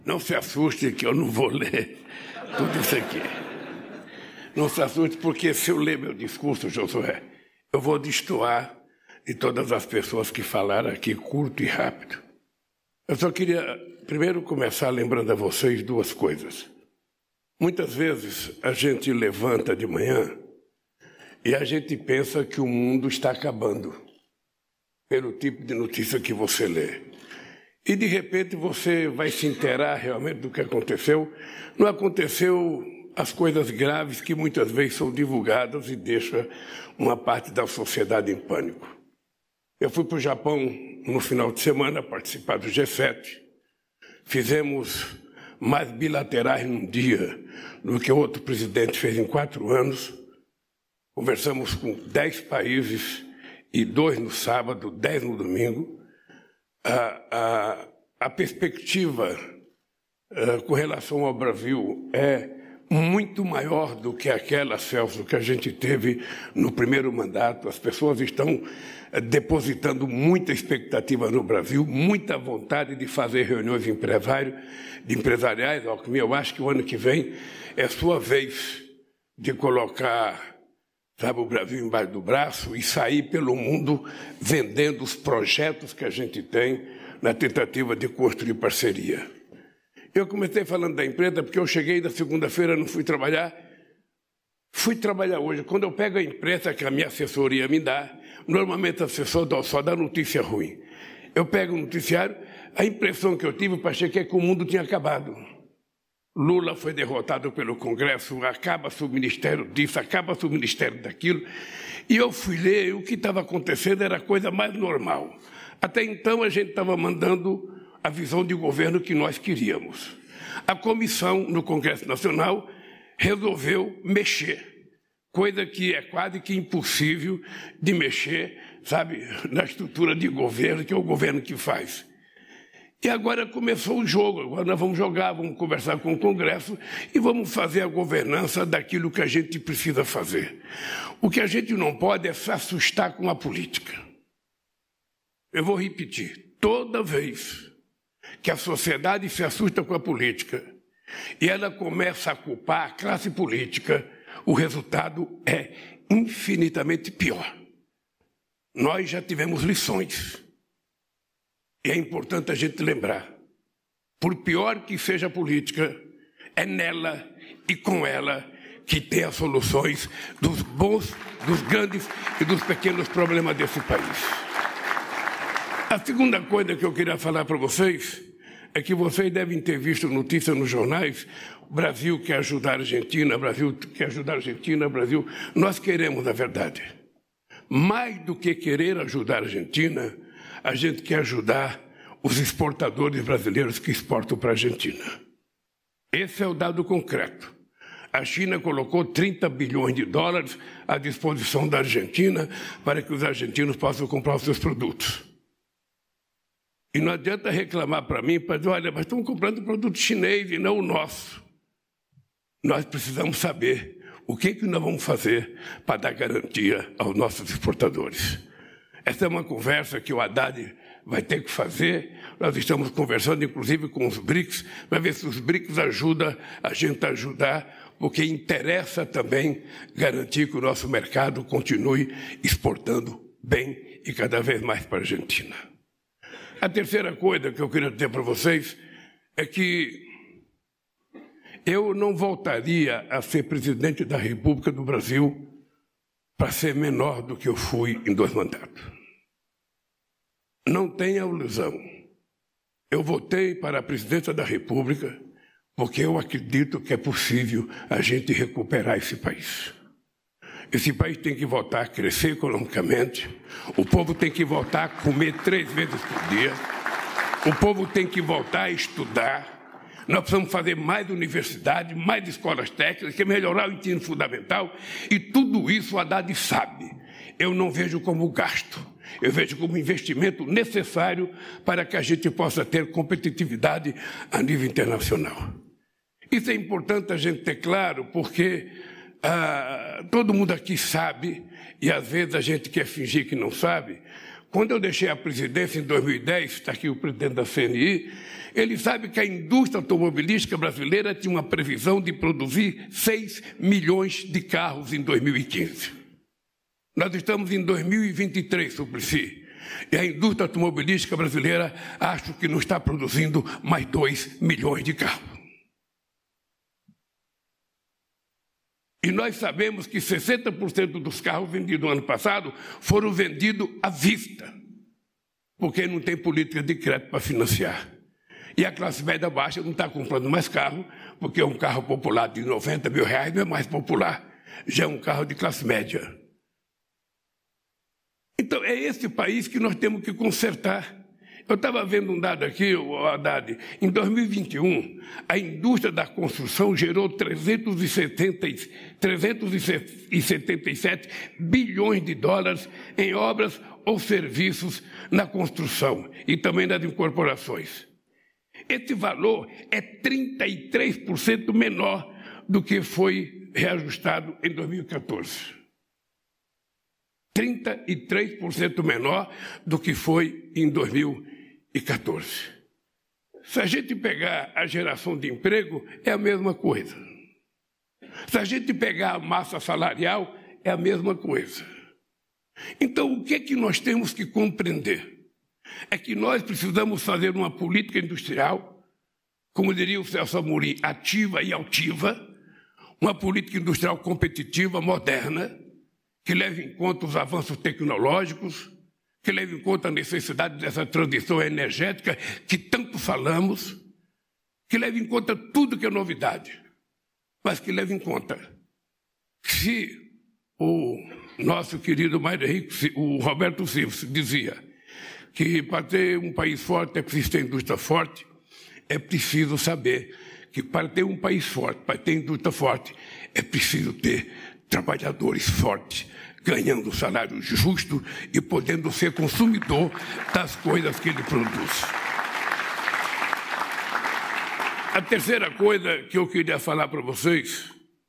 Não se assuste que eu não vou ler tudo isso aqui. Não se assuste, porque se eu ler meu discurso, Josué, eu vou destoar de todas as pessoas que falaram aqui, curto e rápido. Eu só queria, primeiro, começar lembrando a vocês duas coisas. Muitas vezes a gente levanta de manhã e a gente pensa que o mundo está acabando, pelo tipo de notícia que você lê. E, de repente, você vai se inteirar realmente do que aconteceu. Não aconteceu as coisas graves que muitas vezes são divulgadas e deixam uma parte da sociedade em pânico. Eu fui para o Japão no final de semana participar do G7. Fizemos mais bilaterais num dia do que outro presidente fez em 4 anos. Conversamos com 10 países e 2 no sábado, 10 no domingo. A perspectiva com relação ao Brasil é muito maior do que aquela, Celso, que a gente teve no primeiro mandato. As pessoas estão depositando muita expectativa no Brasil, muita vontade de fazer reuniões empresariais. Eu acho que o ano que vem é sua vez de colocar, sabe, o Brasil embaixo do braço e sair pelo mundo vendendo os projetos que a gente tem na tentativa de construir parceria. Eu comecei falando da empresa porque eu cheguei da segunda-feira, não fui trabalhar. Fui trabalhar hoje. Quando eu pego a imprensa que a minha assessoria me dá, normalmente a assessora só dá notícia ruim. Eu pego o noticiário, a impressão que eu tive, achei que é que o mundo tinha acabado. Lula foi derrotado pelo Congresso, acaba-se o ministério disso, acaba-se o ministério daquilo. E eu fui ler, e o que estava acontecendo era a coisa mais normal. Até então, a gente estava mandando a visão de governo que nós queríamos. A comissão, no Congresso Nacional, resolveu mexer, coisa que é quase que impossível de mexer, sabe, na estrutura de governo, que é o governo que faz. E agora começou o jogo, agora nós vamos jogar, vamos conversar com o Congresso e vamos fazer a governança daquilo que a gente precisa fazer. O que a gente não pode é se assustar com a política. Eu vou repetir, toda vez que a sociedade se assusta com a política e ela começa a culpar a classe política, o resultado é infinitamente pior. Nós já tivemos lições. E é importante a gente lembrar, por pior que seja a política, é nela e com ela que tem as soluções dos bons, dos grandes e dos pequenos problemas desse país. A segunda coisa que eu queria falar para vocês é que vocês devem ter visto notícias nos jornais: o Brasil quer ajudar a Argentina, o Brasil quer ajudar a Argentina, o Brasil... Nós queremos a verdade. Mais do que querer ajudar a Argentina, a gente quer ajudar os exportadores brasileiros que exportam para a Argentina. Esse é o dado concreto. A China colocou 30 bilhões de dólares à disposição da Argentina para que os argentinos possam comprar os seus produtos. E não adianta reclamar para mim, para dizer, olha, mas estão comprando produto chinês e não o nosso. Nós precisamos saber o que nós vamos fazer para dar garantia aos nossos exportadores. Essa é uma conversa que o Haddad vai ter que fazer. Nós estamos conversando, inclusive, com os BRICS, para ver se os BRICS ajudam a gente a ajudar, porque interessa também garantir que o nosso mercado continue exportando bem e cada vez mais para a Argentina. A terceira coisa que eu queria dizer para vocês é que eu não voltaria a ser presidente da República do Brasil para ser menor do que eu fui em 2 mandatos. Não tenha ilusão. Eu votei para a presidência da República porque eu acredito que é possível a gente recuperar esse país. Esse país tem que voltar a crescer economicamente, o povo tem que voltar a comer 3 vezes por dia, o povo tem que voltar a estudar, nós precisamos fazer mais universidade, mais escolas técnicas, melhorar o ensino fundamental, e tudo isso o Haddad sabe. Eu não vejo como gasto, eu vejo como investimento necessário para que a gente possa ter competitividade a nível internacional. Isso é importante a gente ter claro, porque todo mundo aqui sabe, e às vezes a gente quer fingir que não sabe, quando eu deixei a presidência em 2010, está aqui o presidente da CNI, ele sabe que a indústria automobilística brasileira tinha uma previsão de produzir 6 milhões de carros em 2015. Nós estamos em 2023, Suplicy, e a indústria automobilística brasileira acho que não está produzindo mais 2 milhões de carros. E nós sabemos que 60% dos carros vendidos no ano passado foram vendidos à vista, porque não tem política de crédito para financiar. E a classe média baixa não está comprando mais carro, porque um carro popular de R$90 mil não é mais popular, já é um carro de classe média. Então, é esse país que nós temos que consertar. Eu estava vendo um dado aqui, Haddad, em 2021, a indústria da construção gerou 377 bilhões de dólares em obras ou serviços na construção e também nas incorporações. Esse valor é 33% menor do que foi reajustado em 2014. 33% menor do que foi em 2014. Se a gente pegar a geração de emprego, é a mesma coisa. Se a gente pegar a massa salarial, é a mesma coisa. Então, o que é que nós temos que compreender? É que nós precisamos fazer uma política industrial, como diria o Celso Amorim, ativa e altiva, uma política industrial competitiva, moderna, que leve em conta os avanços tecnológicos, que leve em conta a necessidade dessa transição energética que tanto falamos, que leve em conta tudo que é novidade, mas que leve em conta se o nosso querido Mário Henrique, o Roberto Silva, dizia que para ter um país forte é preciso ter indústria forte, é preciso saber que para ter um país forte, para ter indústria forte, é preciso ter trabalhadores fortes, ganhando salário justo e podendo ser consumidor das coisas que ele produz. A terceira coisa que eu queria falar para vocês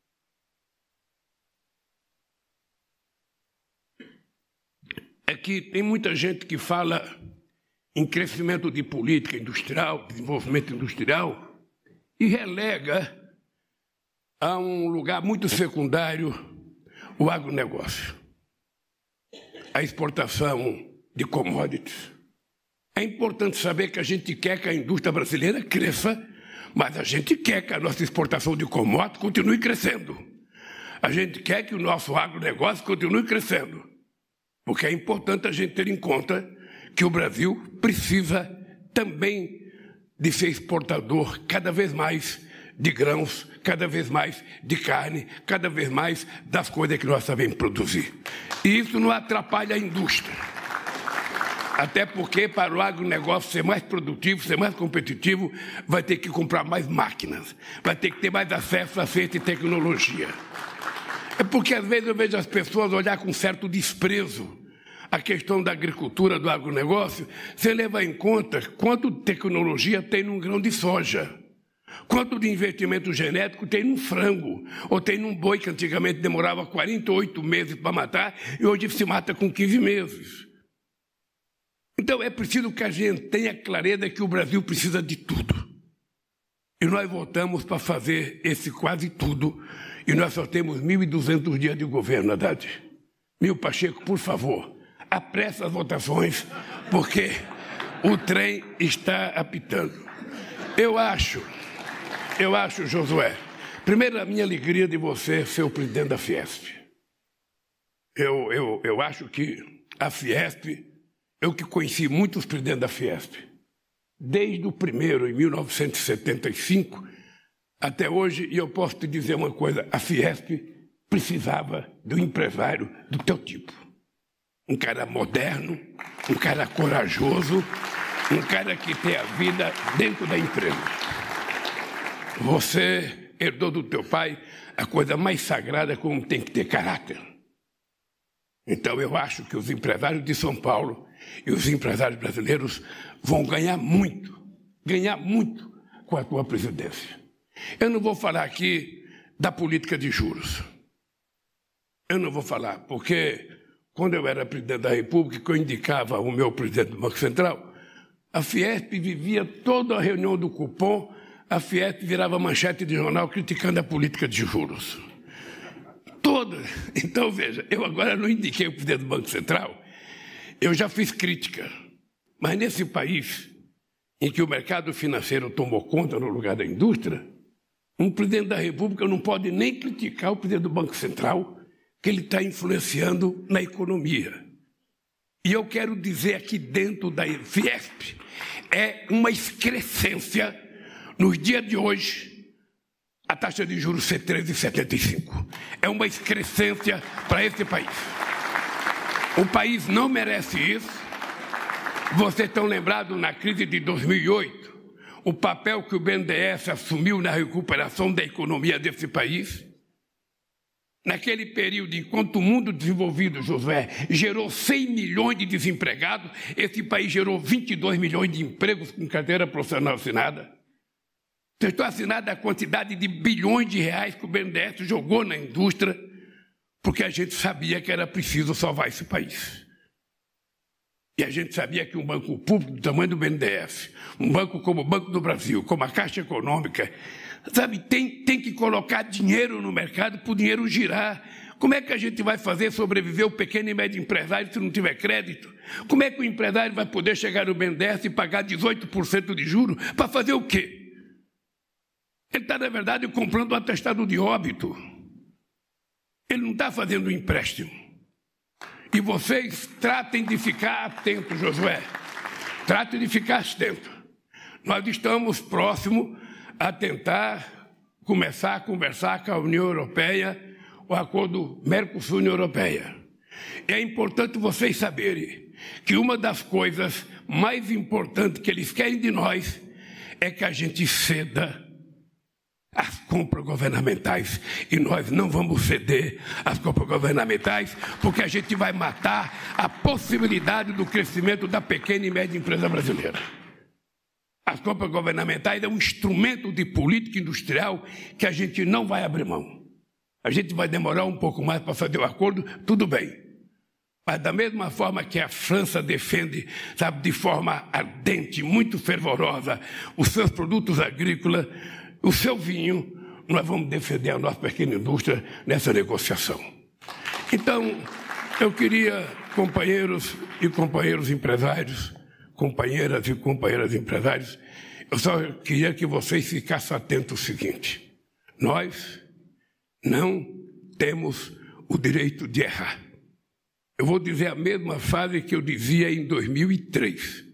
é que tem muita gente que fala em crescimento de política industrial, desenvolvimento industrial, e relega a um lugar muito secundário o agronegócio, a exportação de commodities. É importante saber que a gente quer que a indústria brasileira cresça, mas a gente quer que a nossa exportação de commodities continue crescendo. A gente quer que o nosso agronegócio continue crescendo, porque é importante a gente ter em conta que o Brasil precisa também de ser exportador cada vez mais de grãos, cada vez mais de carne, cada vez mais das coisas que nós sabemos produzir. E isso não atrapalha a indústria. Até porque, para o agronegócio ser mais produtivo, ser mais competitivo, vai ter que comprar mais máquinas, vai ter que ter mais acesso a ciência e tecnologia. É porque, às vezes, eu vejo as pessoas olhar com certo desprezo a questão da agricultura, do agronegócio, sem levar em conta quanto tecnologia tem num grão de soja. Quanto de investimento genético tem num frango, ou tem num boi que antigamente demorava 48 meses para matar e hoje se mata com 15 meses. Então é preciso que a gente tenha clareza que o Brasil precisa de tudo. E nós voltamos para fazer esse quase tudo, e nós só temos 1.200 dias de governo, Haddad. Pacheco, por favor, apresse as votações, porque o trem está apitando. Eu acho, Josué, primeiro a minha alegria de você ser o presidente da Fiesp. Eu acho que a Fiesp, eu que conheci muitos presidentes da Fiesp, desde o primeiro, em 1975, até hoje, e eu posso te dizer uma coisa, a Fiesp precisava de um empresário do teu tipo. Um cara moderno, um cara corajoso, um cara que tem a vida dentro da empresa. Você herdou do teu pai a coisa mais sagrada, como tem que ter caráter. Então eu acho que os empresários de São Paulo e os empresários brasileiros vão ganhar muito com a tua presidência. Eu não vou falar aqui da política de juros. Eu não vou falar, porque quando eu era presidente da República, que eu indicava o meu presidente do Banco Central, a Fiesp vivia toda a reunião do cupom, a Fiesp virava manchete de jornal criticando a política de juros. Toda. Então, veja, eu agora não indiquei o presidente do Banco Central, eu já fiz crítica, mas nesse país em que o mercado financeiro tomou conta no lugar da indústria, um presidente da República não pode nem criticar o presidente do Banco Central, que ele está influenciando na economia. E eu quero dizer aqui dentro da Fiesp, é uma excrescência, nos dias de hoje, a taxa de juros ser 13,75. É uma excrescência para esse país. O país não merece isso. Vocês estão lembrados, na crise de 2008, o papel que o BNDES assumiu na recuperação da economia desse país? Naquele período, enquanto o mundo desenvolvido, Josué, gerou 100 milhões de desempregados, esse país gerou 22 milhões de empregos com carteira profissional assinada. Vocês estão assinando a quantidade de bilhões de reais que o BNDES jogou na indústria, porque a gente sabia que era preciso salvar esse país. E a gente sabia que um banco público do tamanho do BNDES, um banco como o Banco do Brasil, como a Caixa Econômica, sabe, tem que colocar dinheiro no mercado para o dinheiro girar. Como é que a gente vai fazer sobreviver o pequeno e médio empresário se não tiver crédito? Como é que o empresário vai poder chegar no BNDES e pagar 18% de juros para fazer o quê? Ele está, na verdade, comprando um atestado de óbito. Ele não está fazendo um empréstimo. E vocês tratem de ficar atentos, Josué. Tratem de ficar atentos. Nós estamos próximos a tentar começar a conversar com a União Europeia, o acordo Mercosul-União Europeia. É importante vocês saberem que uma das coisas mais importantes que eles querem de nós é que a gente ceda as compras governamentais, e nós não vamos ceder às compras governamentais, porque a gente vai matar a possibilidade do crescimento da pequena e média empresa brasileira. As compras governamentais é um instrumento de política industrial que a gente não vai abrir mão. A gente vai demorar um pouco mais para fazer o acordo, tudo bem. Mas da mesma forma que a França defende, sabe, de forma ardente, muito fervorosa, os seus produtos agrícolas, o seu vinho, nós vamos defender a nossa pequena indústria nessa negociação. Então, eu queria, companheiros e companheiros empresários, companheiras e companheiros empresários, eu só queria que vocês ficassem atentos ao seguinte: nós não temos o direito de errar. Eu vou dizer a mesma frase que eu dizia em 2003.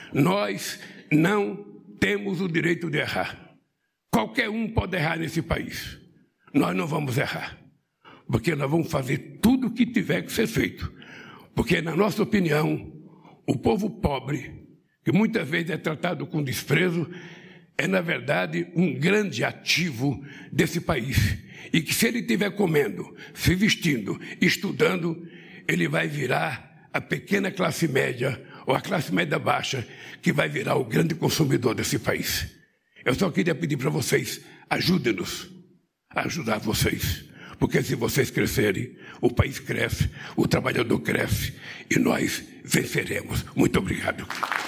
Nós não temos o direito de errar. Qualquer um pode errar nesse país. Nós não vamos errar, porque nós vamos fazer tudo o que tiver que ser feito. Porque, na nossa opinião, o povo pobre, que muitas vezes é tratado com desprezo, é, na verdade, um grande ativo desse país. E que, se ele estiver comendo, se vestindo, estudando, ele vai virar a pequena classe média ou a classe média baixa, que vai virar o grande consumidor desse país. Eu só queria pedir para vocês, ajudem-nos a ajudar vocês. Porque se vocês crescerem, o país cresce, o trabalhador cresce e nós venceremos. Muito obrigado.